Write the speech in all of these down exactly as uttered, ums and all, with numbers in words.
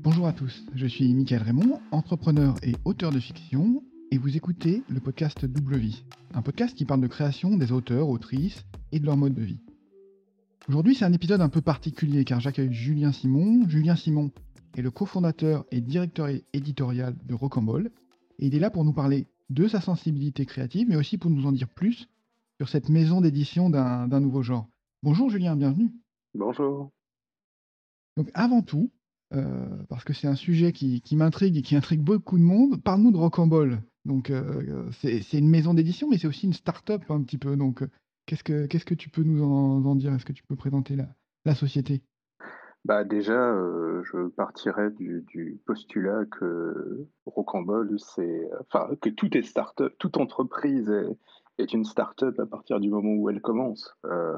Bonjour à tous, je suis Mickaël Raymond, entrepreneur et auteur de fiction, et vous écoutez le podcast Double Vie, un podcast qui parle de création des auteurs, autrices et de leur mode de vie. Aujourd'hui, c'est un épisode un peu particulier car j'accueille Julien Simon. Julien Simon est le cofondateur et directeur é- éditorial de Rocambole, et il est là pour nous parler de sa sensibilité créative, mais aussi pour nous en dire plus sur cette maison d'édition d'un d'un nouveau genre. Bonjour Julien, bienvenue. Bonjour. Donc avant tout, heu, parce que c'est un sujet qui qui m'intrigue et qui intrigue beaucoup de monde, parle-nous de Rocambole. Donc, heu, c'est c'est une maison d'édition, mais c'est aussi une start-up un petit peu. Donc, heu, qu'est-ce que qu'est-ce que tu peux nous en en dire? Est-ce que tu peux présenter la la société? Bah, déjà, heu, je partirais du du postulat que Rocambole, c'est enfin, que tout est start-up, toute entreprise est est une start-up à partir du moment où elle commence. Heu,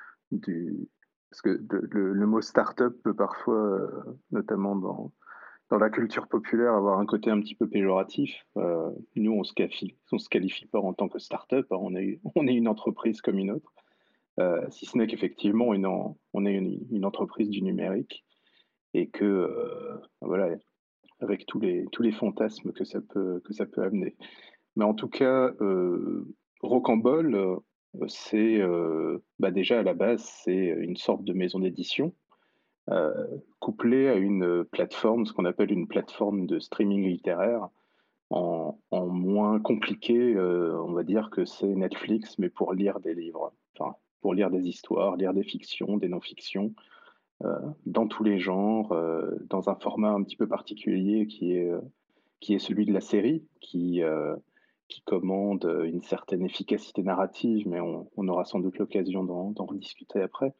du Parce que le le le mot start-up peut parfois, heu, notamment dans dans la culture populaire, avoir un côté un petit peu péjoratif. Heu, nous, on se qualifie on se qualifie pas en tant que start-up, hein, on est on est une entreprise comme une autre, heu, si ce n'est qu'effectivement une en on est une une entreprise du numérique. Et que, heu, voilà, avec tous les tous les fantasmes que ça peut que ça peut amener. Mais en tout cas, heu, Rocambole, heu, c'est, heu, bah, déjà à la base, c'est une sorte de maison d'édition, heu, couplée à une, plateforme, ce qu'on appelle une plateforme de streaming littéraire, en en moins compliqué, heu, on va dire que c'est Netflix, mais pour lire des livres. Enfin, pour lire des histoires, lire des fictions, des non-fictions, heu, dans tous les genres, heu, dans un format un petit peu particulier qui est, heu, qui est celui de la série, qui, heu, qui commande, heu, une certaine efficacité narrative, mais on on aura sans doute l'occasion d'en d'en rediscuter après.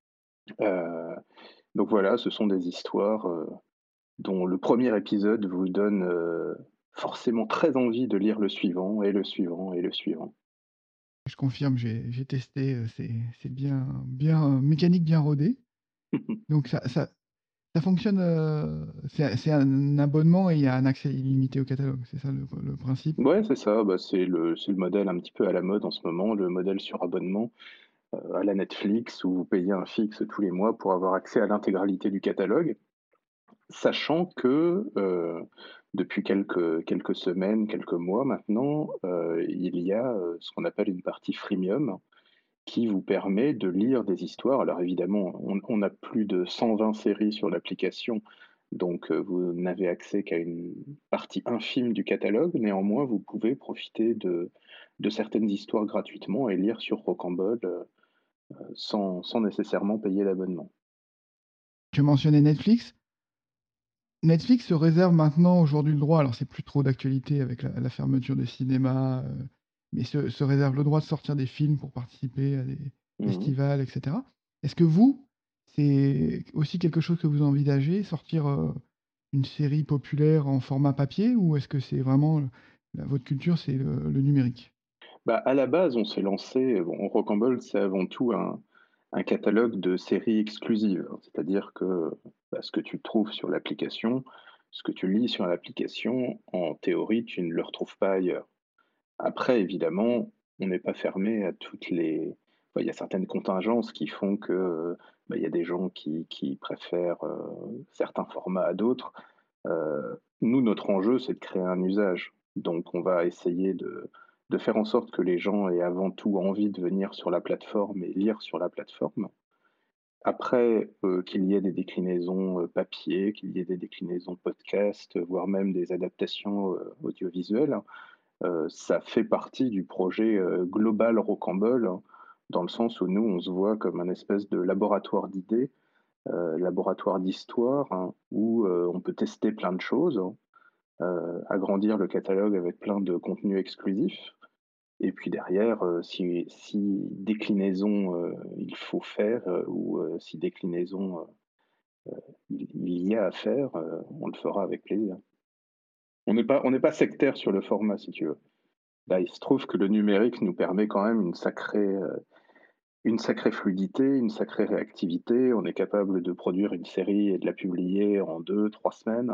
Heu, donc voilà, ce sont des histoires, heu, dont le premier épisode vous donne, heu, forcément très envie de lire le suivant et le suivant et le suivant. Je confirme, j'ai j'ai testé, heu, c'est c'est bien bien, heu, mécanique bien rodée. Donc ça ça ça fonctionne, heu, c'est c'est un abonnement et il y a un accès illimité au catalogue, c'est ça le le principe? Ouais, c'est ça, bah, c'est le c'est le modèle un petit peu à la mode en ce moment, le modèle sur abonnement, heu, à la Netflix, où vous payez un fixe tous les mois pour avoir accès à l'intégralité du catalogue. Sachant que, heu, depuis quelques quelques semaines, quelques mois maintenant, heu, il y a, heu, ce qu'on appelle une partie freemium, qui vous permet de lire des histoires. Alors évidemment, on on a plus de cent vingt séries sur l'application, donc heu, vous n'avez accès qu'à une partie infime du catalogue. Néanmoins, vous pouvez profiter de de certaines histoires gratuitement et lire sur Rocambole, heu, sans sans nécessairement payer l'abonnement. Tu mentionnais Netflix. Netflix se réserve maintenant aujourd'hui le droit, alors c'est plus trop d'actualité avec la la fermeture des cinémas, heu, mais se se réserve le droit de sortir des films pour participer à des Mmh. festivals et cetera. Est-ce que vous, c'est aussi quelque chose que vous envisagez, sortir, heu, une série populaire en format papier ou est-ce que c'est vraiment, heu, la votre culture, c'est le le numérique? Bah, à la base, on s'est lancé bon, Rocambole, c'est avant tout un un catalogue de séries exclusives. C'est-à-dire que, bah, ce que tu trouves sur l'application, ce que tu lis sur l'application, en théorie, tu ne le retrouves pas ailleurs. Après, évidemment, on n'est pas fermé à toutes les enfin, il y a certaines contingences qui font que, heu, bah, il y a des gens qui qui préfèrent, heu, certains formats à d'autres. Heu, nous, notre enjeu, c'est de créer un usage. Donc on va essayer de de faire en sorte que les gens aient avant tout envie de venir sur la plateforme et lire sur la plateforme. Après, heu, qu'il y ait des déclinaisons, heu, papier, qu'il y ait des déclinaisons podcast, voire même des adaptations, heu, audiovisuelles, heu, ça fait partie du projet, heu, global Rocambole, hein, dans le sens où nous, on se voit comme un espèce de laboratoire d'idées, heu, laboratoire d'histoire, hein, où, heu, on peut tester plein de choses, heu, agrandir le catalogue avec plein de contenus exclusifs. Et puis derrière, heu, si si déclinaison, heu, il faut faire, heu, ou, heu, si déclinaison, heu, il il y a à faire, heu, on le fera avec plaisir. On n'est pas on n'est pas sectaire sur le format, si tu veux. Là, il se trouve que le numérique nous permet quand même une sacrée, heu, une sacrée fluidité, une sacrée réactivité. On est capable de produire une série et de la publier en deux, trois semaines.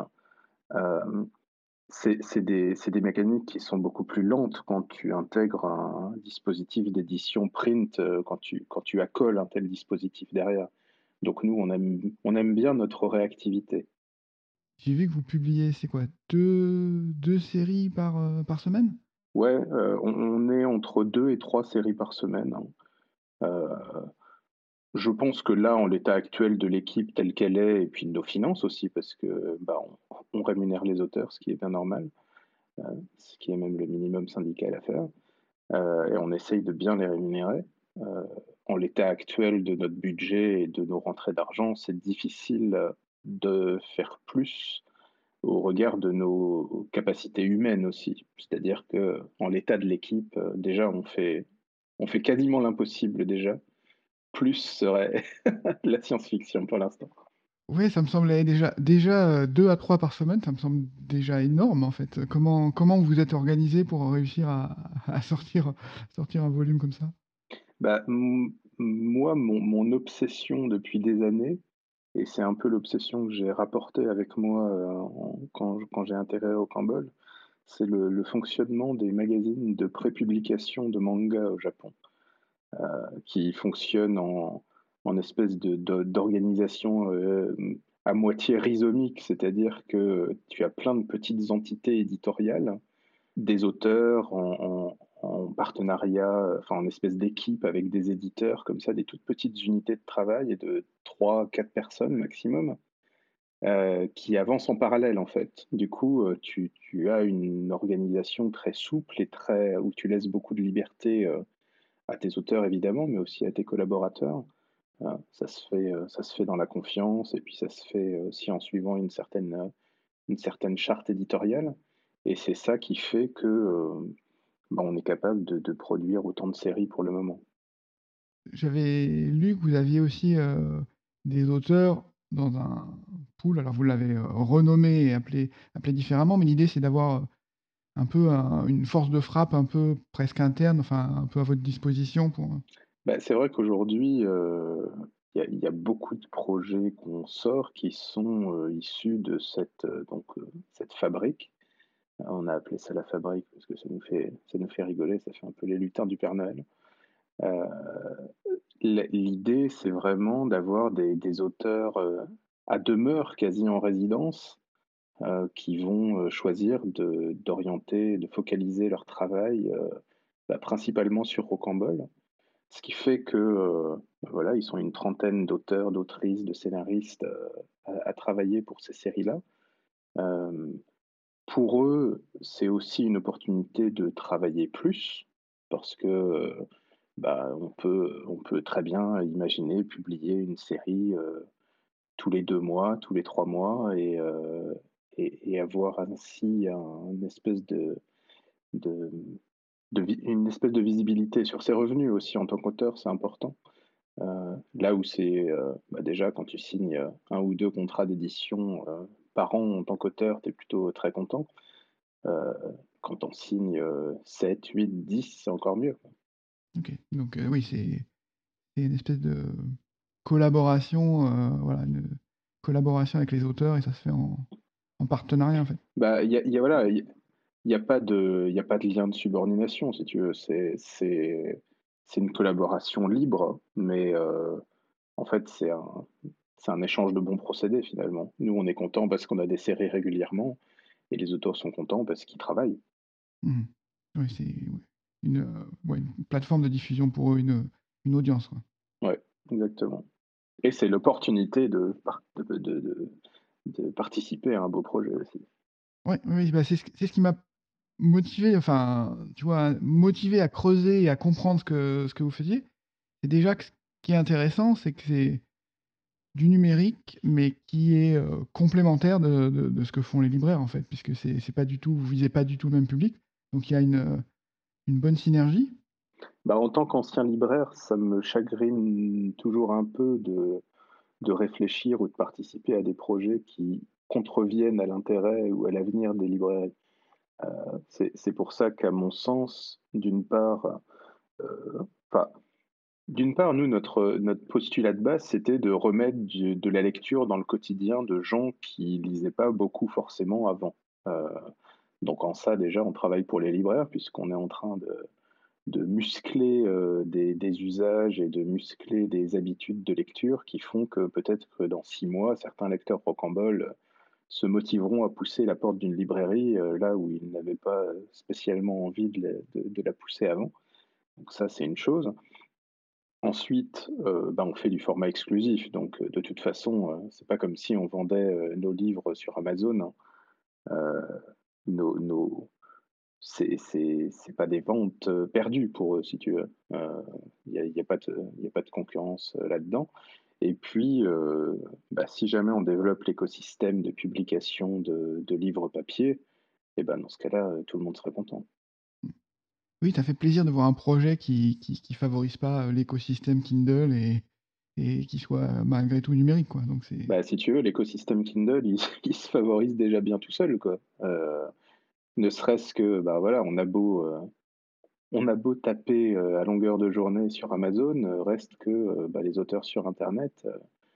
Hem C'est c'est des c'est des mécaniques qui sont beaucoup plus lentes quand tu intègres un dispositif d'édition print, heu, quand tu quand tu accoles un tel dispositif derrière. Donc nous, on aime on aime bien notre réactivité. J'ai vu que vous publiez, c'est quoi? Deux deux séries par, heu, par semaine? Ouais, heu, on on est entre deux et trois séries par semaine, hein. Heu, je pense que là, en l'état actuel de l'équipe telle qu'elle est et puis de nos finances aussi parce que, bah, on on rémunère les auteurs, ce qui est bien normal, heu, ce qui est même le minimum syndical à faire, heu et on essaye de bien les rémunérer. Heu, en l'état actuel de notre budget et de nos rentrées d'argent, c'est difficile, heu, de faire plus au regard de nos capacités humaines aussi. C'est-à-dire qu'en l'état de l'équipe, heu, déjà on fait on fait quasiment l'impossible déjà, plus serait la science-fiction pour l'instant. Ouais, ça me semblait déjà déjà, heu, deux à trois par semaine, ça me semble déjà énorme, en fait. Comment comment vous êtes organisé pour réussir à à sortir sortir un volume comme ça? Bah, m moi, mon mon obsession depuis des années et c'est un peu l'obsession que j'ai rapportée avec moi, heu, en quand quand j'ai intégré Rocambole, c'est le le fonctionnement des magazines de prépublication de manga au Japon. Qui fonctionne en en espèce de de d'organisation, hem, à moitié rhizomique. C'est-à-dire que tu as plein de petites entités éditoriales, des auteurs en en en partenariat, enfin en espèce d'équipe avec des éditeurs comme ça, des toutes petites unités de travail de trois quatre personnes maximum, heu, qui avancent en parallèle en fait. Du coup, heu, tu tu as une organisation très souple et très où tu laisses beaucoup de liberté, heu, à tes auteurs évidemment, mais aussi à tes collaborateurs. Voilà, ça se fait, heu, ça se fait dans la confiance et puis ça se fait aussi en suivant une certaine, heu, une certaine charte éditoriale et c'est ça qui fait que, heu, bah, on est capable de de produire autant de séries pour le moment. J'avais lu que vous aviez aussi, heu, des auteurs dans un pool, alors vous l'avez, heu, renommé et appelé appelé différemment, mais l'idée c'est d'avoir, heu, un peu un une force de frappe un peu presque interne, enfin un peu à votre disposition pour, heu Bah, c'est vrai qu'aujourd'hui, heu, il y a il y a beaucoup de projets qu'on sort qui sont, heu, issus de cette, heu, donc, heu, cette fabrique. On a appelé ça la fabrique parce que ça nous fait ça nous fait rigoler, ça fait un peu les lutins du Père Noël. Heu, l'i l'idée, c'est vraiment d'avoir des des auteurs, heu, à demeure, quasi en résidence, heu, qui vont, heu, choisir de d'orienter, de focaliser leur travail, heu, bah, principalement sur Rocambole. Ce qui fait que, heu, voilà, ils sont une trentaine d'auteurs, d'autrices, de scénaristes, heu, à à travailler pour ces séries-là. Hem, pour eux, c'est aussi une opportunité de travailler plus parce que, heu, bah, on peut on peut très bien imaginer publier une série, heu, tous les deux mois, tous les trois mois et heu et et avoir ainsi un une espèce de de de vi une espèce de visibilité sur ses revenus aussi en tant qu'auteur, c'est important. Heu, là où c'est, heu, bah, déjà quand tu signes, heu, un ou deux contrats d'édition, heu, par an en tant qu'auteur, tu es plutôt très content. Heu, quand on signe, heu, sept huit dix, c'est encore mieux. OK, donc heu, oui, c'est c'est une espèce de collaboration, heu, voilà, une collaboration avec les auteurs et ça se fait en en partenariat, en fait? Bah, il y a il y a voilà, il y il y a pas de il y a pas de lien de subordination si tu veux. C'est c'est c'est une collaboration libre, mais heu, en fait, c'est un c'est un échange de bons procédés finalement. Nous, on est contents parce qu'on a des séries régulièrement et les auteurs sont contents parce qu'ils travaillent. Mmh. Oui, c'est ouais, une, heu, ouais, une plateforme de diffusion pour eux, une, une audience, quoi. Ouais, exactement et c'est l'opportunité de par de de de de participer à un beau projet aussi. Ouais, oui, oui, bah, c'est ce c'est ce qui m'a motivé, enfin, tu vois, motivé à creuser et à comprendre ce que ce que vous faisiez. C'est déjà que ce qui est intéressant, c'est que c'est du numérique, mais qui est, heu, complémentaire de de de ce que font les libraires, en fait, puisque c'est c'est pas du tout vous visez pas du tout le même public, donc il y a une, heu, une bonne synergie. Bah, en tant qu'ancien libraire, ça me chagrine toujours un peu de de réfléchir ou de participer à des projets qui contreviennent à l'intérêt ou à l'avenir des librairies. Heu, c'est c'est pour ça qu'à mon sens, d'une part, heu, enfin, d'une part, nous, notre, notre postulat de base, c'était de remettre du de la lecture dans le quotidien de gens qui lisaient pas beaucoup forcément avant. Heu, donc en ça, déjà, on travaille pour les libraires puisqu'on est en train de de muscler, heu, des des usages et de muscler des habitudes de lecture qui font que peut-être que dans six mois, certains lecteurs Rocambole se motiveront à pousser la porte d'une librairie, heu, là où ils n'avaient pas, heu, spécialement envie de la de de la pousser avant. Donc ça, c'est une chose. Ensuite, heu, bah, on fait du format exclusif, donc heu, de toute façon, heu, c'est pas comme si on vendait, heu, nos livres sur Amazon, hein. Heu, nos nos c'est c'est c'est pas des ventes, heu, perdues pour eux, si tu veux. Heu, il y a il y a pas de il y a pas de concurrence, heu, là-dedans et puis, heu, bah, si jamais on développe l'écosystème de publication de de livres papier et ben, dans ce cas-là, heu, tout le monde serait content. Mmh. Oui, ça fait plaisir de voir un projet qui qui qui favorise pas, heu, l'écosystème Kindle et et qui soit, heu, malgré tout numérique, quoi, donc c'est Bah, si tu veux, l'écosystème Kindle, il il se favorise déjà bien tout seul, quoi. Heu, ne serait-ce que, bah, voilà, on a beau, heu, on a beau taper, heu, à longueur de journée sur Amazon, heu, reste que, heu, bah, les auteurs sur internet, heu,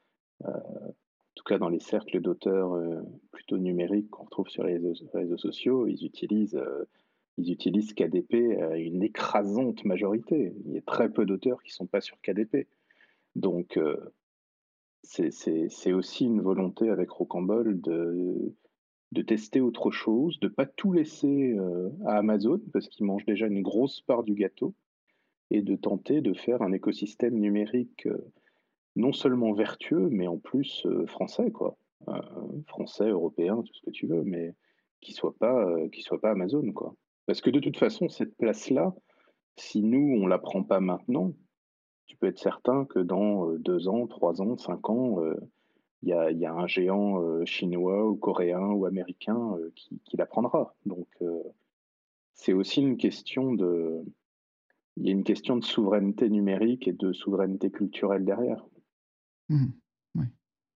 en tout cas dans les cercles d'auteurs, heu, plutôt numériques qu'on retrouve sur les réseaux réseaux sociaux, ils utilisent, heu, ils utilisent K D P à une écrasante majorité. Il y a très peu d'auteurs qui sont pas sur K D P. Donc, heu, c'est c'est c'est aussi une volonté avec Rocambole de de tester autre chose, de pas tout laisser, heu, à Amazon parce qu'ils mangent déjà une grosse part du gâteau et de tenter de faire un écosystème numérique, heu, non seulement vertueux, mais en plus, heu, français quoi. Heu, Français, européen, tout ce que tu veux, mais qui soit pas, heu, qui soit pas Amazon quoi. Parce que de toute façon, cette place-là, si nous on la prend pas maintenant, tu peux être certain que dans, heu, deux ans, trois ans, cinq ans, heu, il y a il y a un géant, heu, chinois ou coréen ou américain, heu, qui qui la prendra. Donc, heu, c'est aussi une question de il y a une question de souveraineté numérique et de souveraineté culturelle derrière. mmh mh, ouais.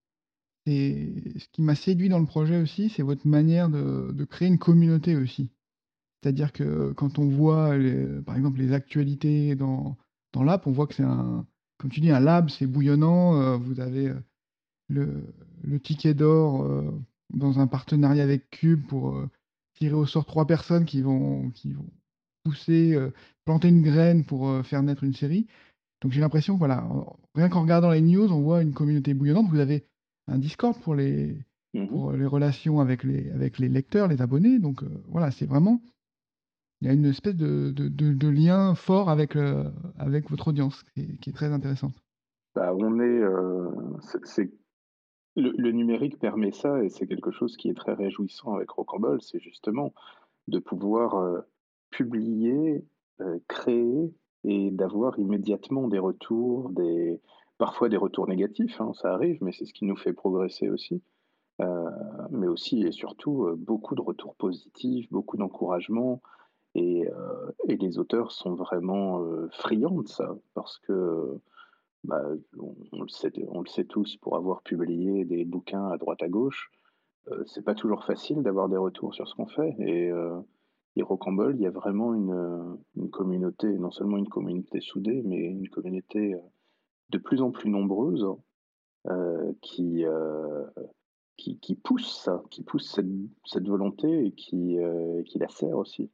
Et ce qui m'a séduit dans le projet aussi, c'est votre manière de de créer une communauté aussi. C'est-à-dire que quand on voit les par exemple, les actualités dans dans l'app, on voit que c'est un comme tu dis, un lab, c'est bouillonnant, heu, vous avez, heu, le le ticket d'or, heu, dans un partenariat avec Cube pour, heu, tirer au sort trois personnes qui vont qui vont pousser, heu, planter une graine pour, heu, faire naître une série. Donc j'ai l'impression que voilà, en rien qu'en regardant les news, on voit une communauté bouillonnante. Vous avez un Discord pour les Mmh. pour, les relations avec les avec les lecteurs, les abonnés, donc heu, voilà, c'est vraiment il y a une espèce de de de de lien fort avec, heu, avec votre audience qui est qui est très intéressante. Bah, on est, heu, c'est c'est le le numérique permet ça et c'est quelque chose qui est très réjouissant avec Rocambole, c'est justement de pouvoir, heu, publier, heu, créer et d'avoir immédiatement des retours, des parfois des retours négatifs, hein, ça arrive, mais c'est ce qui nous fait progresser aussi. Heu, mais aussi et surtout, heu, beaucoup de retours positifs, beaucoup d'encouragement et heu et les auteurs sont vraiment, heu, friands de ça parce que, bah, on on le sait on le sait tous pour avoir publié des bouquins à droite à gauche, heu, c'est pas toujours facile d'avoir des retours sur ce qu'on fait et heu et Rocambole, il y a vraiment une, heu, une communauté, non seulement une communauté soudée, mais une communauté, heu, de plus en plus nombreuse, heu, qui, heu, qui qui pousse ça, qui pousse cette cette volonté et qui, heu, qui la sert aussi.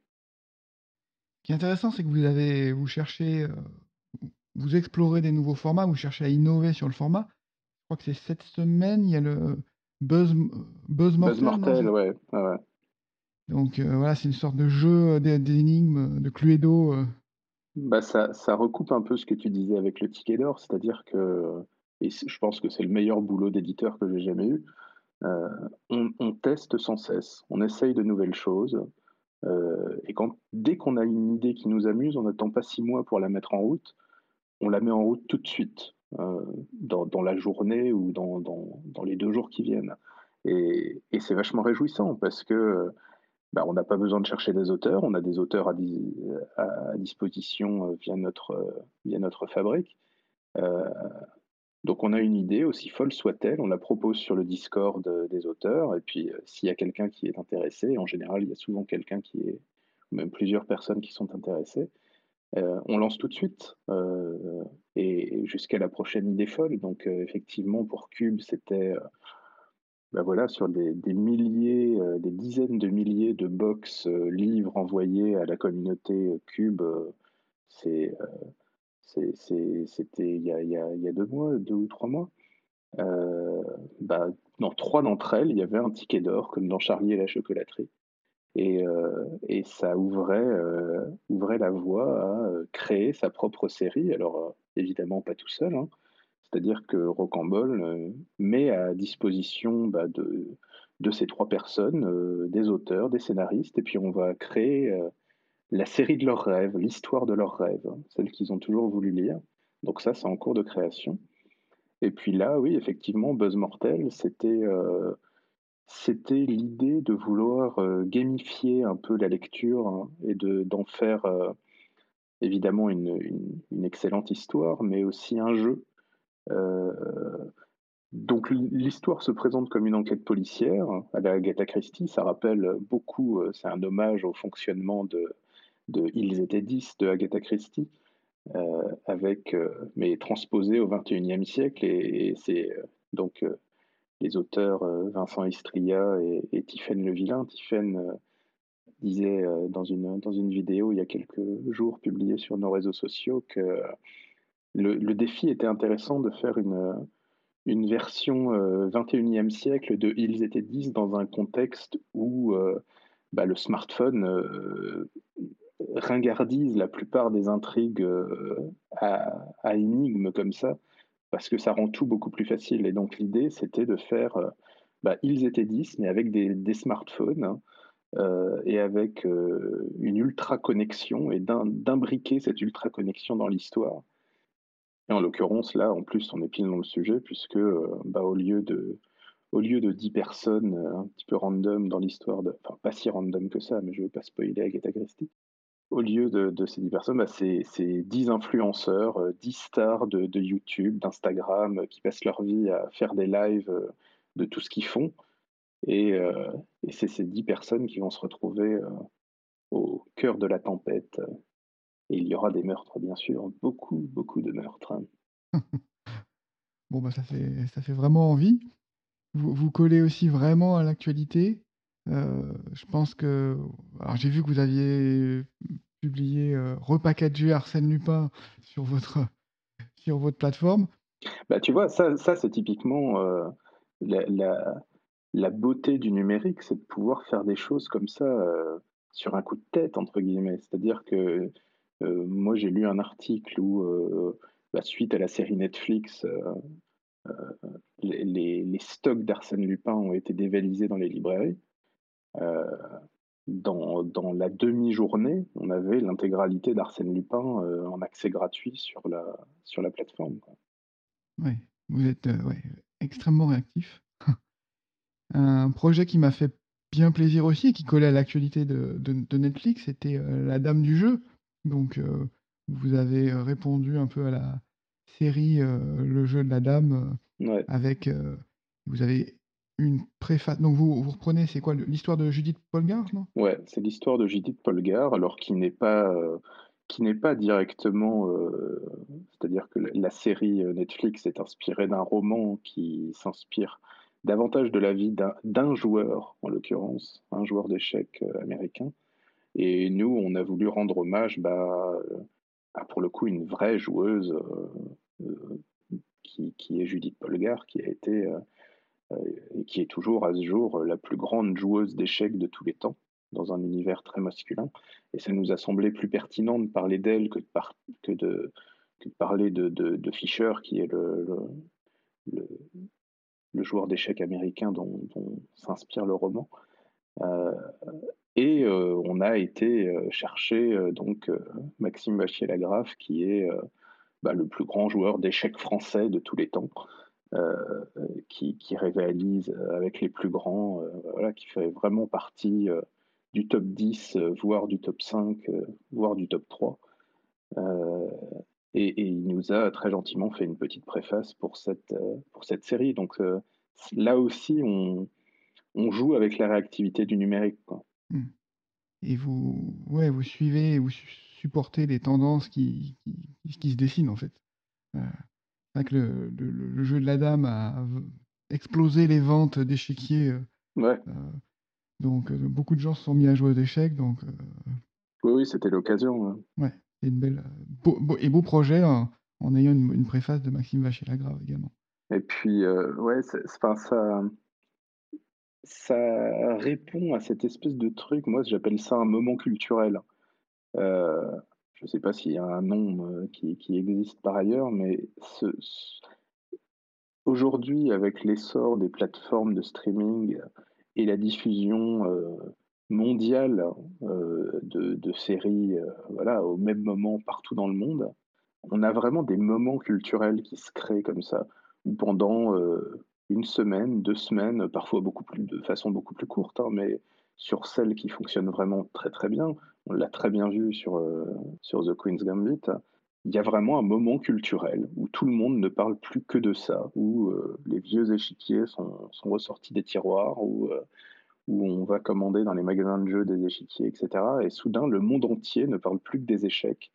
Ce qui est intéressant, c'est que vous avez vous cherchez, heu, vous explorez des nouveaux formats, vous cherchez à innover sur le format. Je crois que c'est cette semaine, il y a le Buzz m Buzz Buzz Mortel, non, c'est Mortel, ouais, ouais, ouais. donc heu, voilà, c'est une sorte de jeu, d'é d'énigmes, de Cluedo, heu Bah, ça ça recoupe un peu ce que tu disais avec le Ticket d'or, c'est-à-dire que et c je pense que c'est le meilleur boulot d'éditeur que j'ai jamais eu, heu, on on teste sans cesse, on essaye de nouvelles choses, heu et quand dès qu'on a une idée qui nous amuse, on n'attend pas six mois pour la mettre en route, on la met en route tout de suite, heu, dans dans la journée ou dans dans dans les deux jours qui viennent et et c'est vachement réjouissant parce que, bah, on n'a pas besoin de chercher des auteurs, on a des auteurs à dis à disposition, heu, via notre, heu, via notre fabrique. Heu, donc on a une idée, aussi folle soit-elle, on la propose sur le Discord, heu, des auteurs et puis, heu, s'il y a quelqu'un qui est intéressé, en général, il y a souvent quelqu'un qui est ou même plusieurs personnes qui sont intéressées, heu, on lance tout de suite, heu et jusqu'à la prochaine idée folle. Donc, heu, effectivement pour Cube, c'était, heu bah, voilà, sur des des milliers, heu, des dizaines de milliers de box, heu, livres envoyés à la communauté, heu, Cube, heu, c'est, heu, c'est c'est c'était il y a il y a il y a deux mois, deux ou trois mois Heu, bah, dans trois d'entre elles, il y avait un ticket d'or comme dans Charlie et la chocolaterie et heu et ça ouvrait, heu, ouvrait la voie à, heu, créer sa propre série. Alors, heu, évidemment pas tout seul, hein. C'est-à-dire que Rocambole, heu, met à disposition, bah, de de ces trois personnes, heu, des auteurs, des scénaristes et puis on va créer, heu, la série de leurs rêves, l'histoire de leurs rêves, hein, celle qu'ils ont toujours voulu lire. Donc ça, c'est en cours de création et puis là, oui, effectivement, Buzz Mortel, c'était, heu, c'était l'idée de vouloir, heu, gamifier un peu la lecture, hein, et de d'en faire, heu, évidemment une une une excellente histoire, mais aussi un jeu. Heu, donc l'hi l'histoire se présente comme une enquête policière à la Agatha Christie. Ça rappelle beaucoup, heu, c'est un hommage au fonctionnement de de Ils étaient dix de Agatha Christie, heu, avec, heu, mais transposé au vingt et unième siècle et et c'est, heu, donc, heu, les auteurs, heu, Vincent Istria et et Tiphaine Levillain. Tiphaine, heu, disait, heu, dans une dans une vidéo il y a quelques jours publiée sur nos réseaux sociaux que le le défi était intéressant de faire une, heu, une version, heu, vingt et unième siècle de Ils étaient dix dans un contexte où, heu, bah, le smartphone, heu, ringardise la plupart des intrigues, heu, à à énigmes comme ça, parce que ça rend tout beaucoup plus facile et donc l'idée, c'était de faire, heu, bah, Ils étaient dix mais avec des des smartphones, hein, heu et avec, heu, une ultra connexion et d'im d'imbriquer cette ultra connexion dans l'histoire et en l'occurrence, là, en plus, on est pile dans le sujet puisque, heu, bah, au lieu de au lieu de dix personnes, heu, un petit peu random dans l'histoire de enfin, pas si random que ça, mais je veux pas spoiler Agatha Christie. Au lieu de de ces dix personnes, bah, c'est c'est dix influenceurs, heu, dix stars de de YouTube, d'Instagram, heu, qui passent leur vie à faire des lives, heu, de tout ce qu'ils font et heu et c'est ces dix personnes qui vont se retrouver, heu, au cœur de la tempête, heu et il y aura des meurtres, bien sûr, beaucoup, beaucoup de meurtres, hein. Bon, bah, ça fait ça fait vraiment envie. Vous vous collez aussi vraiment à l'actualité. Heu, je pense que alors j'ai vu que vous aviez publié, heu, repackagé Arsène Lupin sur votre sur votre plateforme. Bah, tu vois, ça ça, c'est typiquement, heu, la la la beauté du numérique, c'est de pouvoir faire des choses comme ça, heu, «sur un coup de tête» entre guillemets. C'est-à-dire que, heu, moi, j'ai lu un article où, heu, bah, suite à la série Netflix, heu les les les stocks d'Arsène Lupin ont été dévalisés dans les librairies. Heu, dans dans la demi-journée, on avait l'intégralité d'Arsène Lupin, heu, en accès gratuit sur la sur la plateforme, quoi. Ouais, vous êtes, heu, ouais, extrêmement réactif. Un projet qui m'a fait bien plaisir aussi et qui collait à l'actualité de de de Netflix, c'était, heu, La Dame du jeu. Donc, heu, vous avez, heu, répondu un peu à la série, heu, Le jeu de la dame, heu, Ouais. avec, heu, vous avez une préface donc vous vous reprenez, c'est quoi le l'histoire de Judith Polgar, non? Ouais, c'est l'histoire de Judith Polgar, alors qui n'est pas, heu, qui n'est pas directement, heu, c'est-à-dire que la la série, heu, Netflix est inspirée d'un roman qui s'inspire davantage de la vie d'un d'un joueur, en l'occurrence, un joueur d'échecs, heu, américain et nous, on a voulu rendre hommage, bah, heu, à pour le coup une vraie joueuse, heu heu, qui qui est Judith Polgar, qui a été, heu heu et qui est toujours à ce jour, heu, la plus grande joueuse d'échecs de tous les temps, dans un univers très masculin et ça nous a semblé plus pertinent de parler d'elle que de par que de que de parler de de de Fischer qui est le le le le joueur d'échecs américain dont dont s'inspire le roman. Heu et heu, on a été, heu, chercher, heu, donc heu, Maxime Bachier-Lagrave qui est, heu, bah, le plus grand joueur d'échecs français de tous les temps, heu, qui qui rivalise, heu, avec les plus grands, heu, voilà, qui fait vraiment partie, heu, du top dix, heu, voire du top cinq, heu, voire du top trois. Heu et et il nous a très gentiment fait une petite préface pour cette, heu, pour cette série donc heu, là aussi on on joue avec la réactivité du numérique, quoi. Mmh. Et vous ouais, vous suivez et vous su supportez les tendances qui qui qui se dessinent, en fait. Heu, c'est vrai que le le le le jeu de la dame a v explosé les ventes d'échiquiers, heu Ouais. heu, donc heu, beaucoup de gens se sont mis à jouer aux échecs donc heu, Oui, oui, c'était l'occasion, hein. ouais, c'est une belle, heu, beau beau et beau projet en en ayant une une préface de Maxime Vachier-Lagrave également. Et puis, heu, ouais, c'est enfin ça ça répond à cette espèce de truc, moi j'appelle ça un moment culturel. Heu, je ne sais pas s'il y a un nom, heu, qui qui existe par ailleurs, mais ce ce aujourd'hui, avec l'essor des plateformes de streaming et la diffusion, heu, mondiale, heu, de de séries, heu, voilà, au même moment partout dans le monde, on a vraiment des moments culturels qui se créent comme ça, où pendant, heu, une semaine, deux semaines, parfois beaucoup plus de façon beaucoup plus courte, hein, mais sur celles qui fonctionnent vraiment très, très bien, on l'a très bien vu sur, heu, sur The Queen's Gambit, il y a vraiment un moment culturel où tout le monde ne parle plus que de ça, où, heu, les vieux échiquiers sont sont ressortis des tiroirs, où, heu, où on va commander dans les magasins de jeux des échiquiers et cetera et soudain le monde entier ne parle plus que des échecs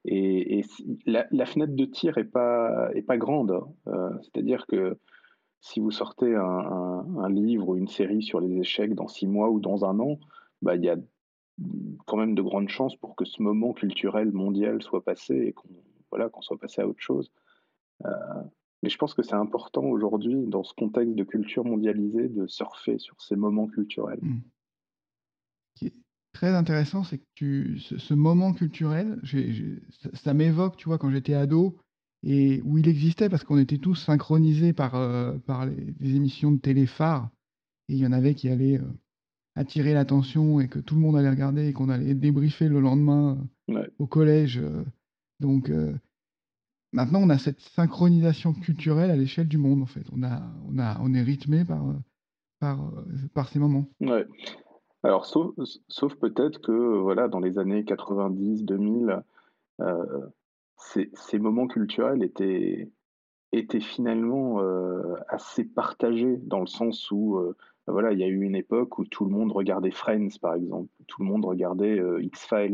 et et si la la fenêtre de tir est pas est pas grande, hein, heu, c'est-à-dire que si vous sortez un un un livre ou une série sur les échecs dans six mois ou dans un an, bah, il y a, mmh, quand même de grandes chances pour que ce moment culturel mondial soit passé et qu'on voilà, qu'on soit passé à autre chose. Heu, mais je pense que c'est important aujourd'hui, dans ce contexte de culture mondialisée, de surfer sur ces moments culturels. Mmh. Ce qui est très intéressant, c'est que tu ce ce moment culturel, j'ai j'ai ça ça m'évoque, tu vois, quand j'étais ado et où il existait parce qu'on était tous synchronisés par, heu, par les les émissions de télé phares et il y en avait qui allaient, heu, attirer l'attention et que tout le monde allait regarder et qu'on allait débriefer le lendemain, heu, Ouais. au collège, heu, donc heu, maintenant on a cette synchronisation culturelle à l'échelle du monde, en fait. On a on a on est rythmé par, heu, par, heu, par ces moments. Ouais. Alors sauf sauf peut-être que, voilà, dans les années quatre-vingt-dix-deux mille, heu, ces ces moments culturels étaient étaient finalement, heu, assez partagés dans le sens où, heu, voilà, il y a eu une époque où tout le monde regardait Friends, par exemple, tout le monde regardait, heu, X-Files.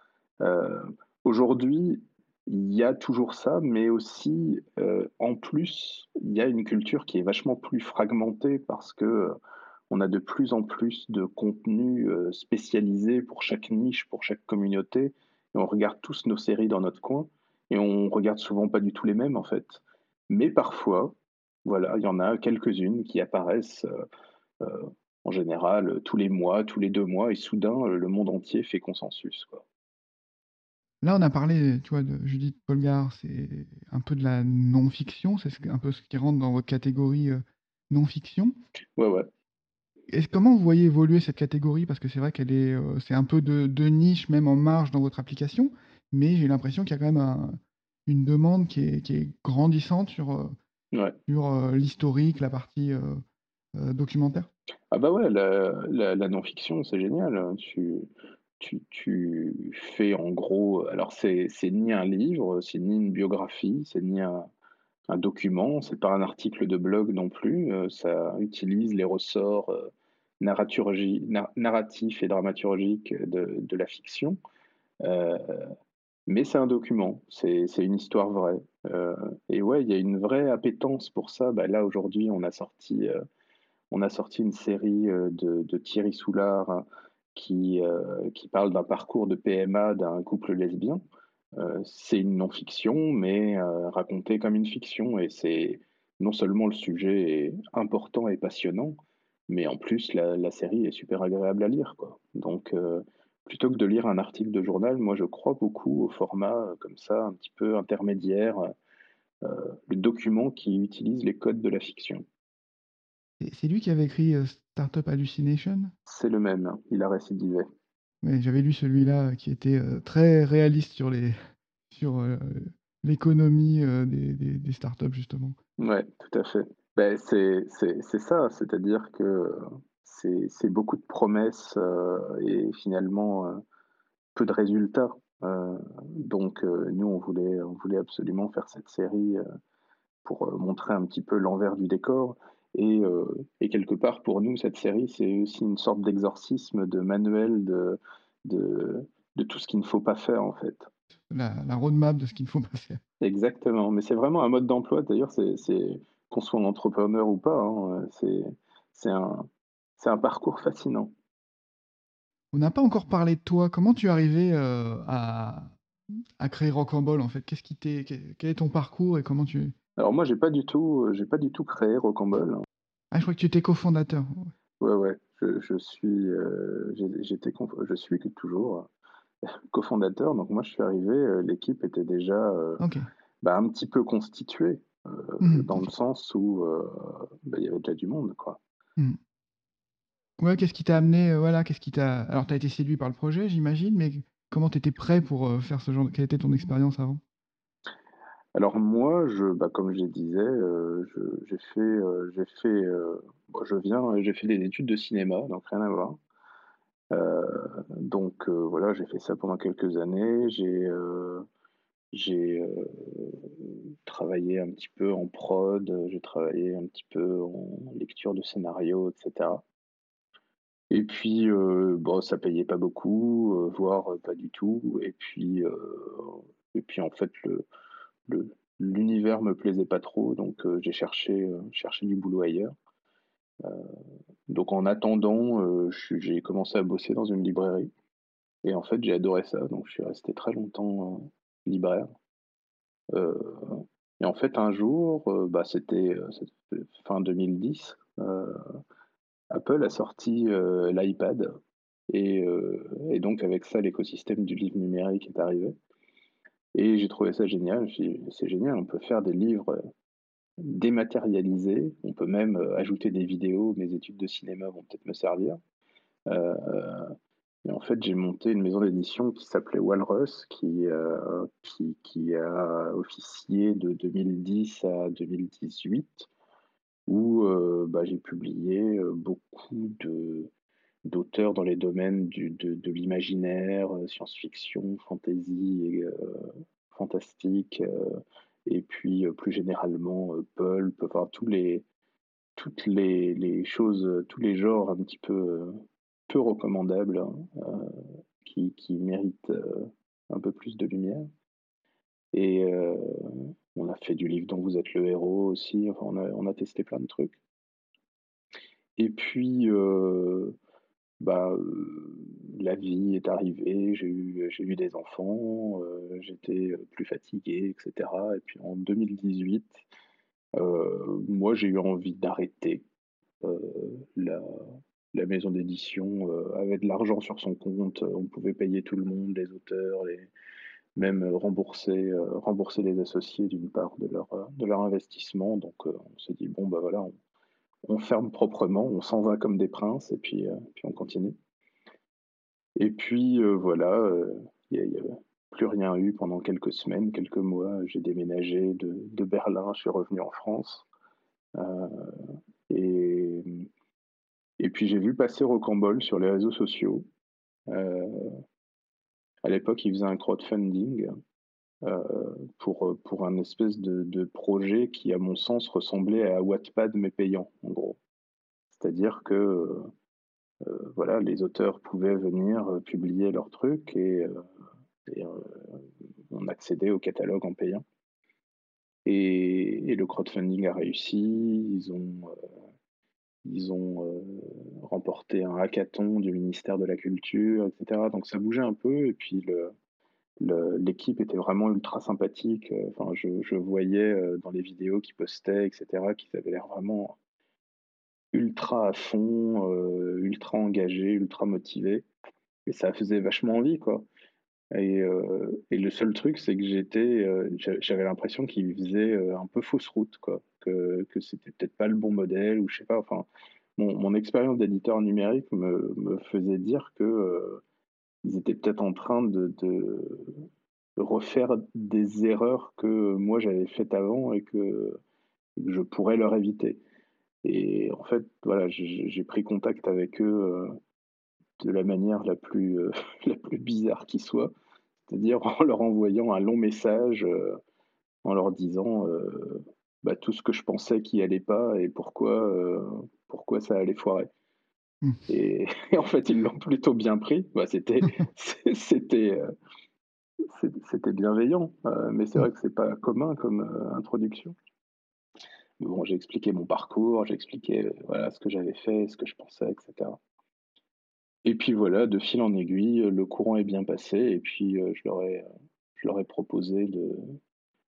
Heu, Aujourd'hui, il y a toujours ça, mais aussi, heu, en plus, il y a une culture qui est vachement plus fragmentée parce que, heu, on a de plus en plus de contenus, heu, spécialisés pour chaque niche, pour chaque communauté et on regarde tous nos séries dans notre coin et on regarde souvent pas du tout les mêmes, en fait. Mais parfois, voilà, il y en a quelques-unes qui apparaissent, heu heu, en général, heu, tous les mois, tous les deux mois et soudain, heu, le monde entier fait consensus, quoi. Là, on a parlé, tu vois, de Judith Polgar, c'est un peu de la non-fiction, c'est ce un peu ce qui rentre dans votre catégorie, heu, non-fiction. Ouais, ouais. Et comment vous voyez évoluer cette catégorie? Parce que c'est vrai qu'elle est, heu, c'est un peu de de niche, même en marge dans votre application, mais j'ai l'impression qu'il y a quand même un une demande qui est qui est grandissante sur, heu, Ouais. sur, heu, l'historique, la partie, heu heu, documentaire. Ah bah, ouais, la la la non-fiction, c'est génial, hein. Tu tu tu fais en gros alors c'est c'est ni un livre, c'est ni une biographie, c'est ni un un document, c'est pas un article de blog non plus, heu, ça utilise les ressorts, heu, narraturgie na narratifs et dramaturgiques de de la fiction, heu, mais c'est un document, c'est c'est une histoire vraie, heu et ouais, il y a une vraie appétence pour ça. Bah, là, aujourd'hui, on a sorti, heu on a sorti une série, heu, de de Thierry Soulard hein, qui, heu, qui parle d'un parcours de P M A d'un couple lesbien. Heu, c'est une non-fiction, mais heu, racontée comme une fiction et c'est non seulement le sujet est important et passionnant, mais en plus la la série est super agréable à lire, quoi. Donc heu, plutôt que de lire un article de journal, moi je crois beaucoup au format, heu, comme ça, un petit peu intermédiaire, heu, le document qui utilise les codes de la fiction. Et c'est lui qui avait écrit, heu, Startup Hallucination? C'est le même, il a récidivé. Ouais, j'avais lu celui-là, heu, qui était, heu, très réaliste sur les sur, heu, l'économie, heu, des des des startups justement. Ouais, tout à fait. Beh, c'est c'est c'est ça, c'est-à-dire que c'est c'est beaucoup de promesses, heu et finalement, heu, peu de résultats. Heu, donc heu, nous, on voulait on voulait absolument faire cette série, heu, pour, heu, montrer un petit peu l'envers du décor et heu et quelque part, pour nous, cette série, c'est aussi une sorte d'exorcisme, de manuel de de de tout ce qu'il ne faut pas faire, en fait. La la roadmap de ce qu'il ne faut pas faire. Exactement, mais c'est vraiment un mode d'emploi d'ailleurs, c'est c'est qu'on soit entrepreneur ou pas, hein, heu, c'est c'est un c'est un parcours fascinant. On n'a pas encore parlé de toi. Comment tu es arrivé, heu, à à créer Rocambole, en fait? Qu'est-ce qui t'est quel quel est ton parcours et comment tu Alors moi, j'ai pas du tout, heu, j'ai pas du tout créé Rocambole, hein. Ah, je crois que tu étais cofondateur. Ouais, ouais, je je suis, heu, j'ai j'étais conf je suis que toujours, heu, cofondateur. Donc moi, je suis arrivé, heu, l'équipe était déjà, heu, OK. bah, un petit peu constituée, heu, Mmh. dans le OK. sens où, heu, bah, il y avait déjà du monde, quoi. Mmh. Ouais, qu'est-ce qui t'a amené, heu, voilà, qu'est-ce qui t'a alors tu as été séduit par le projet, j'imagine, mais comment tu étais prêt pour, heu, faire ce genre de quelle était ton expérience avant? Alors moi, je bah, comme je disais, heu, je j'ai fait, heu, j'ai fait, heu, bah, je viens j'ai fait des études de cinéma, donc rien à voir. Heu, donc heu, voilà, j'ai fait ça pendant quelques années. J'ai, heu, j'ai, heu, travaillé un petit peu en prod, heu, j'ai travaillé un petit peu en lecture de scénario et cetera. Et puis, heu, bon, ça payait pas beaucoup, heu, voire, heu, pas du tout. Et puis, heu et puis en fait le le l'univers me plaisait pas trop, donc heu, j'ai cherché, heu, cherché du boulot ailleurs. Donc en attendant, heu, je suis j'ai commencé à bosser dans une librairie et en fait j'ai adoré ça, donc je suis resté très longtemps, heu, libraire. Heu et en fait un jour, heu, bah, c'était, heu, c'était fin deux mille dix, heu, Apple a sorti, heu, l'iPad et heu et donc avec ça l'écosystème du livre numérique est arrivé et j'ai trouvé ça génial. Je me suis dit: «C'est génial, on peut faire des livres, dématérialisé, on peut même, heu, ajouter des vidéos, mes études de cinéma vont peut-être me servir». Heu et en fait, j'ai monté une maison d'édition qui s'appelait Walrus, qui, heu, qui qui a officié de deux mille dix à deux mille dix-huit, où, heu, bah, j'ai publié, heu, beaucoup de d'auteurs dans les domaines du de de l'imaginaire, heu, science-fiction, fantasy et heu, fantastique, heu et puis, heu, plus généralement, heu, pulp, enfin tous les toutes les les choses, heu, tous les genres un petit peu, heu, peu recommandables, hein, heu, qui qui méritent, heu, un peu plus de lumière. Et heu, on a fait du livre dont vous êtes le héros aussi, enfin on a on a testé plein de trucs. Et puis, heu, bah, heu, la vie est arrivée, j'ai eu j'ai eu des enfants, heu, j'étais, heu, plus fatigué et cetera. Et puis en deux mille dix-huit, heu, moi j'ai eu envie d'arrêter. Heu, la la maison d'édition, heu, avait de l'argent sur son compte, heu, on pouvait payer tout le monde, les auteurs, les même, heu, rembourser, heu, rembourser les associés d'une part de leur, heu, de leur investissement. Donc, heu, on s'est dit: «Bon, bah, voilà, on on ferme proprement, on s'en va comme des princes et puis, heu, puis on continue». Et puis, heu, voilà, heu, il y a il y a plus rien eu pendant quelques semaines, quelques mois. J'ai déménagé de de Berlin, je suis revenu en France, heu et mmh et puis j'ai vu passer Rocambole sur les réseaux sociaux. Heu, à l'époque, ils faisaient un crowdfunding, heu, pour, heu, pour un espèce de de projet qui, à mon sens, ressemblait à Wattpad mais payant, en gros. C'est-à-dire que, heu heu, voilà, les auteurs pouvaient venir, heu, publier leurs trucs et heu et heu, on accédait au catalogue en payant. Et et le crowdfunding a réussi. Ils ont, heu, ils ont, heu, remporté un hackathon du ministère de la Culture et cetera. Donc ça bougeait un peu et puis le Le l'équipe était vraiment ultra sympathique, heu, enfin je je voyais, heu, dans les vidéos qu'ils postaient et cetera, qu'ils avaient l'air vraiment ultra à fond, heu, ultra engagés, ultra motivés et ça faisait vachement envie, quoi. Et heu et le seul truc, c'est que j'étais, heu, j'a j'avais l'impression qu'ils faisaient, heu, un peu fausse route, quoi, que que c'était peut-être pas le bon modèle ou je sais pas, enfin, mon mon expérience d'éditeur numérique me me faisait dire que, heu, ils étaient peut-être en train de de refaire des erreurs que moi j'avais faites avant et que que je pourrais leur éviter. Et en fait, voilà, j'ai j'ai pris contact avec eux, heu, de la manière la plus, heu, la plus bizarre qui soit. C'est-à-dire en leur envoyant un long message, heu, en leur disant, heu, bah, tout ce que je pensais qui allait pas et pourquoi, heu, pourquoi ça allait foirer. Mmh. Et et en fait, ils l'ont plutôt bien pris. Bah, c'était c'était, heu, c'é c'était bienveillant, heu, mais c'est Mmh. vrai que c'est pas commun comme, heu, introduction. Mais bon, j'ai expliqué mon parcours, j'ai expliqué, heu, voilà, ce que j'avais fait, ce que je pensais et cetera. Et puis voilà, de fil en aiguille, heu, le courant est bien passé et puis, heu, je leur ai, heu, je leur ai proposé de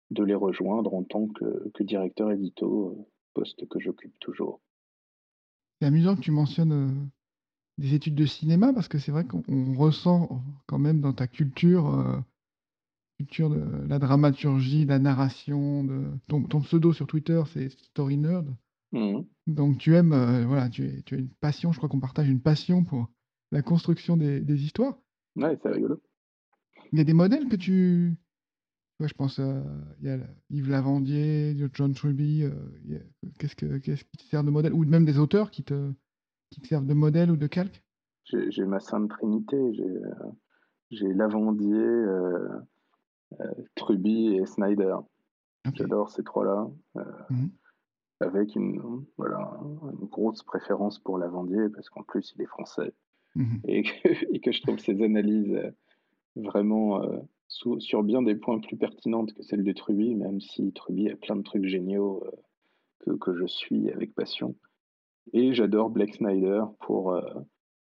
de les rejoindre en tant que que directeur édito, heu, poste que j'occupe toujours. C'est amusant que tu mentionnes, heu, des études de cinéma parce que c'est vrai qu'on on ressent quand même dans ta culture, heu, culture de la dramaturgie, de la narration, de ton ton pseudo sur Twitter, c'est Story Nerd. Mmh mh. Donc tu aimes, heu, voilà, tu es tu as une passion, je crois qu'on partage une passion pour la construction des des histoires. Ouais, c'est rigolo. Il y a des modèles que tu ouais, je pense, heu, il y a le Yves Lavandier, il y a John Truby, heu, il y a qu'est-ce que qu'est-ce qui te sert de modèle? Ou même des auteurs qui te qui te servent de modèle ou de calque? J'ai j'ai ma sainte trinité, j'ai, heu, j'ai Lavandier, heu heu, Truby et Snyder. OK. J'adore ces trois-là, heu, Mmh mh. avec une voilà, une grosse préférence pour Lavandier parce qu'en plus il est français Mmh. et que et que je trouve ses analyses, heu, vraiment, heu, sou sur bien des points plus pertinentes que celles de Truby, même si Truby a plein de trucs géniaux, heu, que que je suis avec passion. Et j'adore Blake Snyder pour, heu,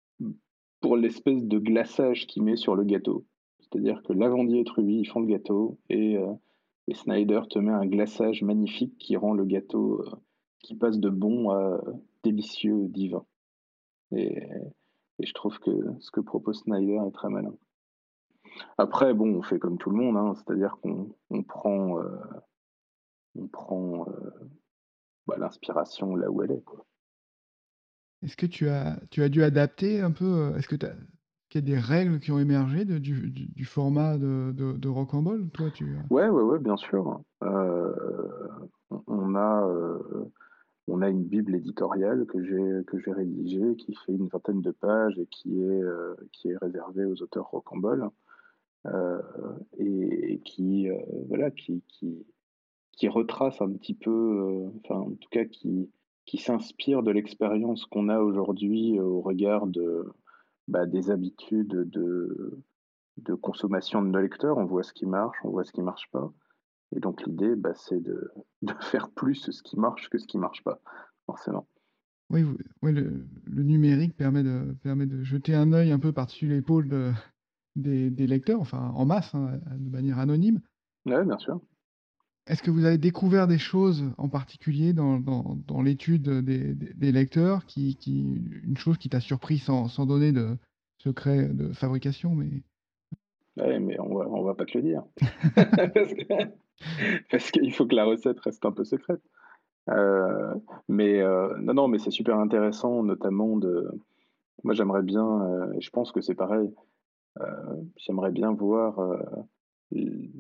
pour l'espèce de glaçage qu'il met sur le gâteau. C'est-à-dire que Lavandier et Truby, ils font le gâteau et heu et Snyder te met un glaçage magnifique qui rend le gâteau, heu, qui passe de bon à délicieux, divin et et je trouve que ce que propose Snyder est très malin. Après bon, on fait comme tout le monde, hein, c'est-à-dire qu'on on prend, heu, on prend, heu, bah, l'inspiration là où elle est, quoi. Est-ce que tu as tu as dû adapter un peu, heu, est-ce que tu as qu'il y a des règles qui ont émergé de du du du format de de de Rocambole? Toi, tu as Ouais, ouais, ouais, bien sûr. Heu, on on a, heu, on a une bible éditoriale que j'ai que j'ai rédigée, qui fait une vingtaine de pages et qui est, heu, qui est réservée aux auteurs Rocambole, heu et et qui, heu, voilà, qui qui qui retrace un petit peu, heu, enfin, en tout cas, qui qui s'inspire de l'expérience qu'on a aujourd'hui au regard de, bah, des habitudes de de consommation de nos lecteurs. On voit ce qui marche, on voit ce qui marche pas. Et donc l'idée, bah, c'est de de faire plus ce qui marche que ce qui marche pas, forcément. oui, vous ouais, le le numérique permet de permet de jeter un œil un peu par-dessus l'épaule de des des lecteurs, enfin en masse, hein, de manière anonyme. Ouais, bien sûr. Est-ce que vous avez découvert des choses en particulier dans dans dans l'étude, des des des lecteurs qui qui une chose qui t'a surpris sans sans donner de secret de fabrication, mais Ouais, mais on va on va pas te le dire. Parce que parce qu'il faut que la recette reste un peu secrète. Heu, mais heu, non, non, mais c'est super intéressant, notamment de moi, j'aimerais bien, heu, et je pense que c'est pareil, heu, j'aimerais bien voir, heu, l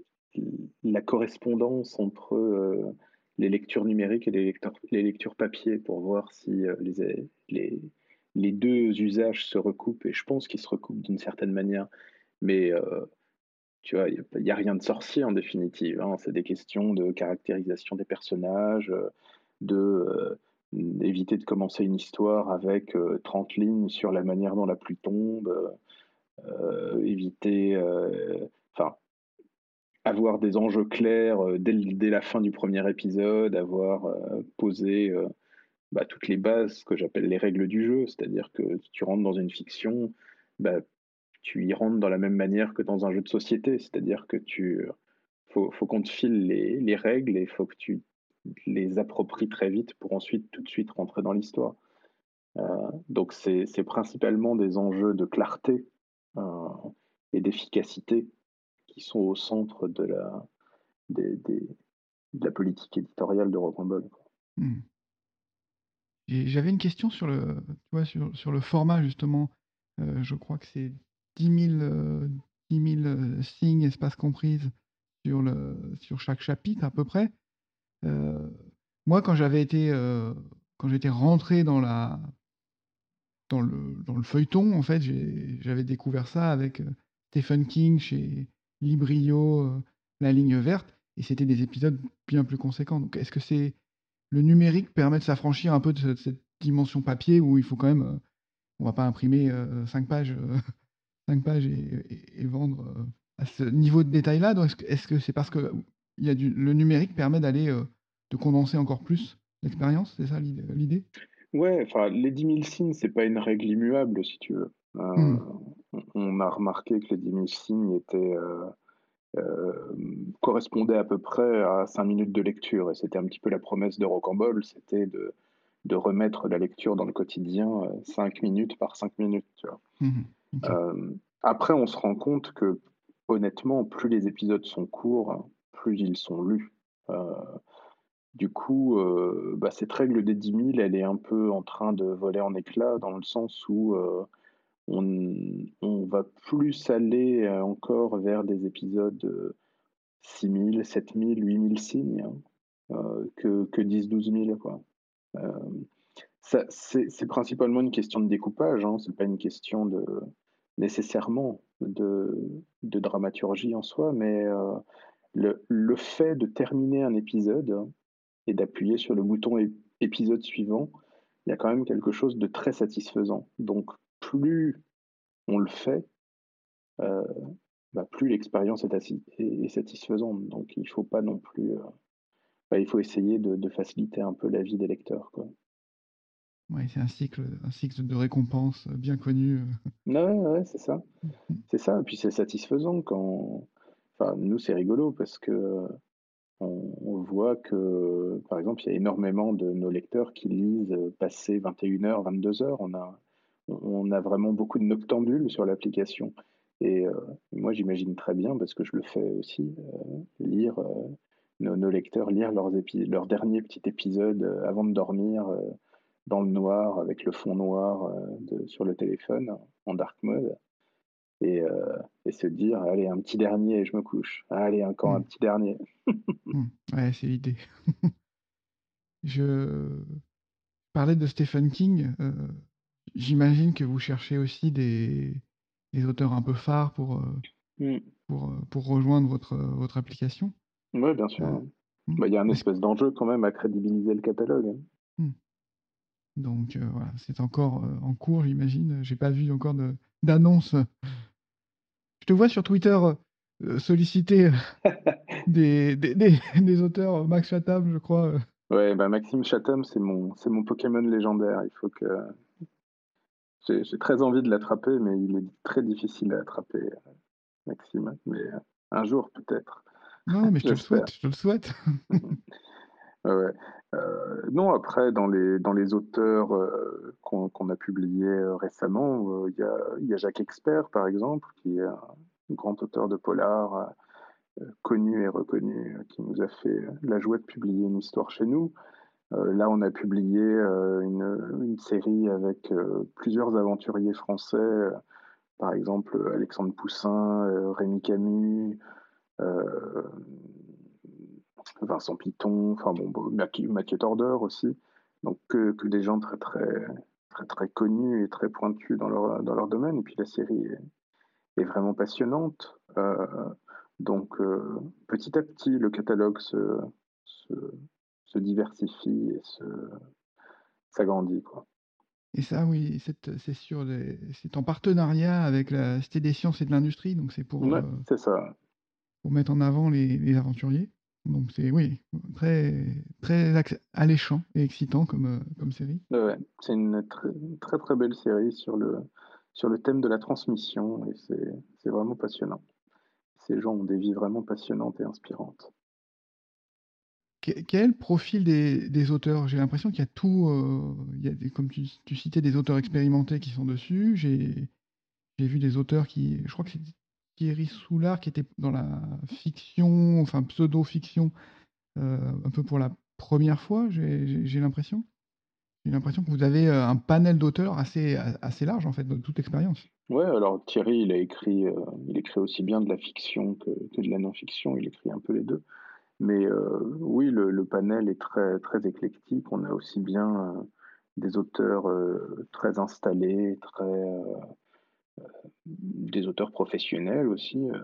l la correspondance entre, heu, les lectures numériques et les lecteurs les lectures papier pour voir si, heu, les é les les deux usages se recoupent et je pense qu'ils se recoupent d'une certaine manière. Mais, heu, tu vois, il y a il y a rien de sorcier en définitive, hein. C'est des questions de caractérisation des personnages, heu, de, heu, mmh, éviter de commencer une histoire avec, heu, trente lignes sur la manière dont la pluie tombe, heu heu, éviter, heu, enfin, avoir des enjeux clairs, heu, dès l dès la fin du premier épisode, avoir, heu, posé, heu, bah, toutes les bases, ce que j'appelle les règles du jeu. C'est-à-dire que si tu rentres dans une fiction, bah, tu y rentres dans la même manière que dans un jeu de société. C'est-à-dire que tu, faut faut qu'on te file les les règles et il faut que tu les appropries très vite pour ensuite, tout de suite rentrer dans l'histoire. Heu, donc c'est c'est principalement des enjeux de clarté, heu et d'efficacité qui sont au centre de la des des de la politique éditoriale de Rocambole, quoi. mmh. Et j'avais une question sur le tu vois, sur sur le format justement, heu, je crois que c'est dix mille, heu, dix mille, heu, signes, espaces comprises sur le sur chaque chapitre à peu près. Heu, Moi quand j'avais été, heu, quand j'étais rentré dans la dans le dans le feuilleton en fait, j'ai j'avais découvert ça avec, heu, Stephen King chez Librio, heu, La Ligne verte et c'était des épisodes bien plus conséquents. Donc est-ce que c'est le numérique permet de s'affranchir un peu de ce de cette dimension papier où il faut quand même, heu, on va pas imprimer, heu, cinq pages, heu, cinq pages et et et vendre, heu, à ce niveau de détail-là? Donc est-ce que est-ce que c'est parce que il y a du le numérique permet d'aller, heu, de condenser encore plus l'expérience? C'est ça l'id l'idée? Ouais, enfin, les dix mille signes, c'est pas une règle immuable, si tu veux. Heu, Mmh. on on a remarqué que les dix mille signes étaient, heu hem, correspondait à peu près à cinq minutes de lecture et c'était un petit peu la promesse de Rocambole, c'était de de remettre la lecture dans le quotidien, heu, cinq minutes par cinq minutes, tu vois? Mmh. OK. Hem, après on se rend compte que, honnêtement, plus les épisodes sont courts, plus ils sont lus. Heu, du coup, heu, bah, cette règle des dix mille, elle est un peu en train de voler en éclats dans le sens où, heu, on on va plus aller, heu, encore vers des épisodes, heu, six mille, sept mille, huit mille signes, heu, que que dix douze mille quoi. Hem, ça c'est c'est principalement une question de découpage, hein, c'est pas une question de nécessairement de de dramaturgie en soi, mais, heu, le le fait de terminer un épisode et d'appuyer sur le bouton ép épisode suivant, il y a quand même quelque chose de très satisfaisant. Donc plus on le fait, heu, bah, plus l'expérience est assi est est satisfaisante. Donc il faut pas non plus, heu, bah, il faut essayer de de faciliter un peu la vie des lecteurs, quoi. Ouais, c'est un cycle, un cycle de récompense, heu, bien connu, heu. Ouais, ouais, ouais, c'est ça. Mmh mh. C'est ça et puis c'est satisfaisant quand enfin nous, c'est rigolo parce que, on on voit que, par exemple, il y a énormément de nos lecteurs qui lisent, heu, passé vingt et une heures, vingt-deux heures. On a on on a vraiment beaucoup de noctambules sur l'application et heu, moi, j'imagine très bien, parce que je le fais aussi, heu, lire, heu, nos nos lecteurs lire leurs épi leurs derniers petits épisodes, heu, avant de dormir, heu, dans le noir avec le fond noir, heu, de sur le téléphone, en dark mode et heu et se dire: «Allez, un petit dernier et je me couche. Allez, encore un Mmh. petit dernier». Mmh. Ouais, c'est l'idée. Je parlais de Stephen King, heu, j'imagine que vous cherchez aussi des des auteurs un peu phares pour, heu, Mmh. pour, heu, pour rejoindre votre, heu, votre application? Ouais, bien sûr, Heu, ouais. mmh, Bah, il y a un est-ce espèce d'enjeu quand même à crédibiliser le catalogue, hein. mmh, donc heu, voilà, c'est encore, heu, en cours, j'imagine. J'ai pas vu encore de d'annonce. Je te vois sur Twitter, heu heu, solliciter, heu, des des des des auteurs, heu, Max Chatham, je crois, heu. Ouais, bah, Maxime Chatham, c'est mon c'est mon Pokémon légendaire. Il faut que j'ai j'ai très envie de l'attraper, mais il est très difficile à attraper, heu, Maxime, mais heu, un jour peut-être, Non, mais je te le j'espère. souhaite, je te le souhaite. Mmh. Ouais, ouais. Heu, non, après dans les dans les auteurs, heu, qu'on qu'on a publiés, heu, récemment, heu, il y a il y a Jacques Expert, par exemple, qui est un grand auteur de polar, heu, connu et reconnu, heu, qui nous a fait, heu, la joie de publier une histoire chez nous. Heu, là, on a publié, heu, une, une série avec, heu, plusieurs aventuriers français, heu, par exemple, heu, Alexandre Poussin, heu, Rémi Camus, hem, Vincent Piton, enfin bon, bon, Mathieu Mathieu Tordeur aussi. Donc que que des gens très, très très, très connus et très pointus dans leur, dans leur domaine et puis la série est est vraiment passionnante. Heu, donc heu, petit à petit, le catalogue se se se diversifie et se s'agrandit, quoi. Et ça, oui, cette c'est sur les c'est en partenariat avec la Cité des sciences et de l'industrie, donc c'est pour, Ouais, heu, c'est ça. pour mettre en avant les les aventuriers. Donc c'est oui, très très acc alléchant et excitant comme, heu, comme série. Ouais, ouais. C'est une très une très, très belle série sur le sur le thème de la transmission et c'est c'est vraiment passionnant. Ces gens ont des vies vraiment passionnantes et inspirantes. Que quel est le profil des des auteurs? J'ai l'impression qu'il y a tout, heu, il y a des comme tu tu citais des auteurs expérimentés qui sont dessus. J'ai j'ai vu des auteurs qui je crois que c'est Thierry Soulard qui était dans la fiction, enfin pseudo-fiction, heu, un peu pour la première fois, j'ai j'ai j'ai l'impression. J'ai l'impression que vous avez, heu, un panel d'auteurs assez a assez large en fait, de toute expérience. Ouais, alors Thierry, il a écrit, heu, il écrit aussi bien de la fiction que que de la non-fiction, il écrit un peu les deux. Mais heu, oui, le le panel est très très éclectique. On a aussi bien, heu, des auteurs, heu, très installés, très, heu, des auteurs professionnels aussi, heu,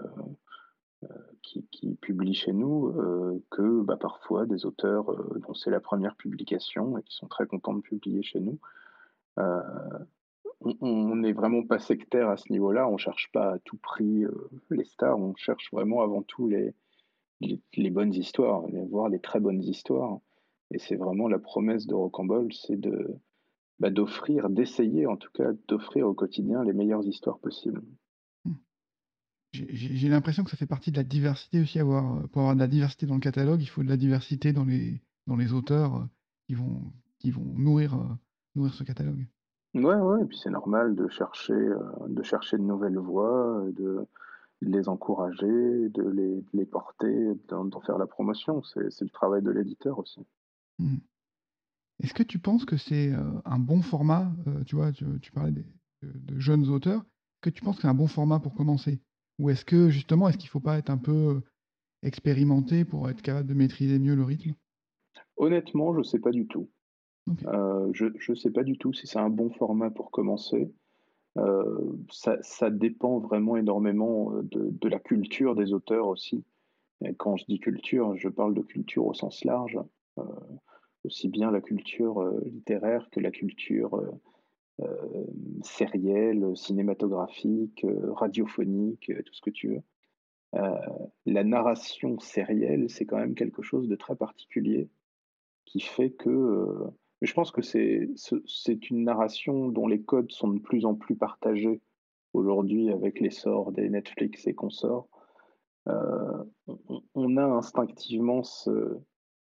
qui qui publient chez nous, heu, que, bah, parfois des auteurs, heu, dont c'est la première publication et qui sont très contents de publier chez nous. Heu, on on n'est vraiment pas sectaire à ce niveau-là, on cherche pas à tout prix, heu, les stars, on cherche vraiment avant tout les les les bonnes histoires, les voir les très bonnes histoires et c'est vraiment la promesse de Rocambole, c'est de, bah, d'offrir, d'essayer en tout cas, d'offrir au quotidien les meilleures histoires possibles. Mmh. J'ai j'ai j'ai l'impression que ça fait partie de la diversité aussi, avoir, heu, pour avoir de la diversité dans le catalogue, il faut de la diversité dans les dans les auteurs, heu, qui vont qui vont nourrir, heu, nourrir ce catalogue. Ouais, ouais, et puis c'est normal de chercher, heu, de chercher de nouvelles voies, heu, de de les encourager, de les de les porter, d'en d'en faire la promotion. C'est c'est le travail de l'éditeur aussi. Mmh. Est-ce que tu penses que c'est, heu, un bon format, heu, tu vois, tu tu parlais des de de jeunes auteurs, est-ce que tu penses que c'est un bon format pour commencer? Ou est-ce que justement, est-ce qu'il faut pas être un peu, heu, expérimenté pour être capable de maîtriser mieux le rythme? Honnêtement, je sais pas du tout. OK. Heu, je je sais pas du tout si c'est un bon format pour commencer. Heu, ça ça dépend vraiment énormément, heu, de de la culture des auteurs aussi. Et quand je dis culture, je parle de culture au sens large, heu, aussi bien la culture, heu, littéraire que la culture, heu, hem, sérielle, cinématographique, heu, radiophonique, heu, tout ce que tu veux. Heu, la narration sérielle, c'est quand même quelque chose de très particulier qui fait que, heu mais je pense que c'est ce c'est une narration dont les codes sont de plus en plus partagés aujourd'hui avec l'essor des Netflix et consorts. Heu, on on on a instinctivement ce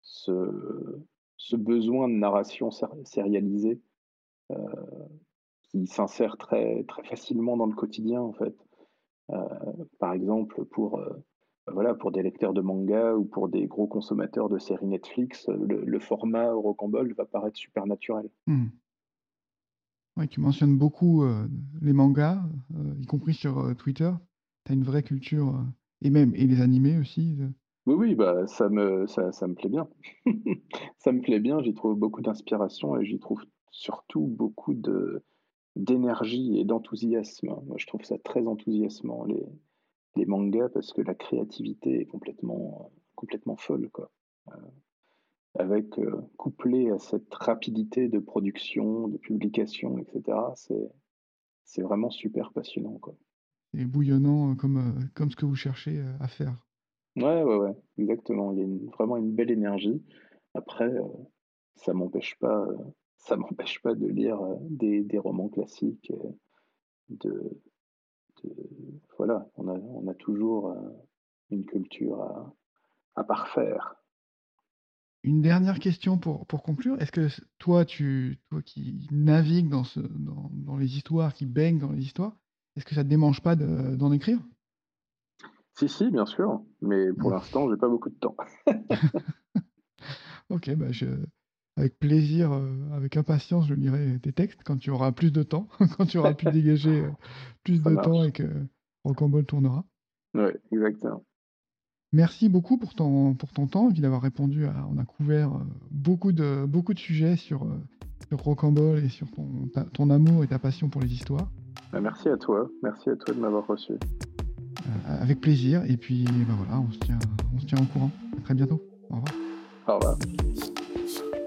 ce ce besoin de narration sér sérialisée, heu, qui s'insère très très facilement dans le quotidien, en fait. Heu, Par exemple, pour, heu, bah, voilà, pour des lecteurs de manga ou pour des gros consommateurs de séries Netflix, le le format Rocambole va paraître super naturel. Mmh. Ouais, tu mentionnes beaucoup, heu, les mangas, heu, y compris sur, heu, Twitter. Tu as une vraie culture, heu et même et les animés aussi, heu. Oui, oui, bah, ça me ça ça me plaît bien. Ça me plaît bien, j'y trouve beaucoup d'inspiration et j'y trouve surtout beaucoup de d'énergie et d'enthousiasme. Moi, je trouve ça très enthousiasmant, les les mangas, parce que la créativité est complètement, complètement folle, quoi. Heu, avec, heu, couplé à cette rapidité de production, de publication et cetera, c'est c'est vraiment super passionnant, quoi. Et bouillonnant, heu, comme, heu, comme ce que vous cherchez, heu, à faire. Ouais, ouais, ouais, exactement. Il y a une vraiment une belle énergie. Après, heu, ça m'empêche pas, heu, ça m'empêche pas de lire, heu, des des romans classiques, heu, de de voilà, on a on a toujours, heu, une culture à à parfaire. Une dernière question pour pour conclure. Est-ce que s toi, tu toi qui navigues dans ce dans dans les histoires, qui baignes dans les histoires, est-ce que ça te démange pas de d'en écrire? Si, si, bien sûr, mais pour Mmh. l'instant, j'ai pas beaucoup de temps. OK, bah, je avec plaisir, heu, avec impatience, je lirai tes textes quand tu auras plus de temps, quand tu auras pu dégager, heu, plus Ça de temps marche. et que Rocambole tournera. Ouais, exactement. Merci beaucoup pour ton pour ton temps et puis d'avoir répondu à on a couvert, heu, beaucoup de beaucoup de sujets sur, heu, sur Rocambole et sur ton ta ton amour et ta passion pour les histoires. Bah, merci à toi, merci à toi de m'avoir reçu. Heu, avec plaisir et puis, bah, voilà, on se tient on se tient au courant. À très bientôt. Au revoir. Au revoir.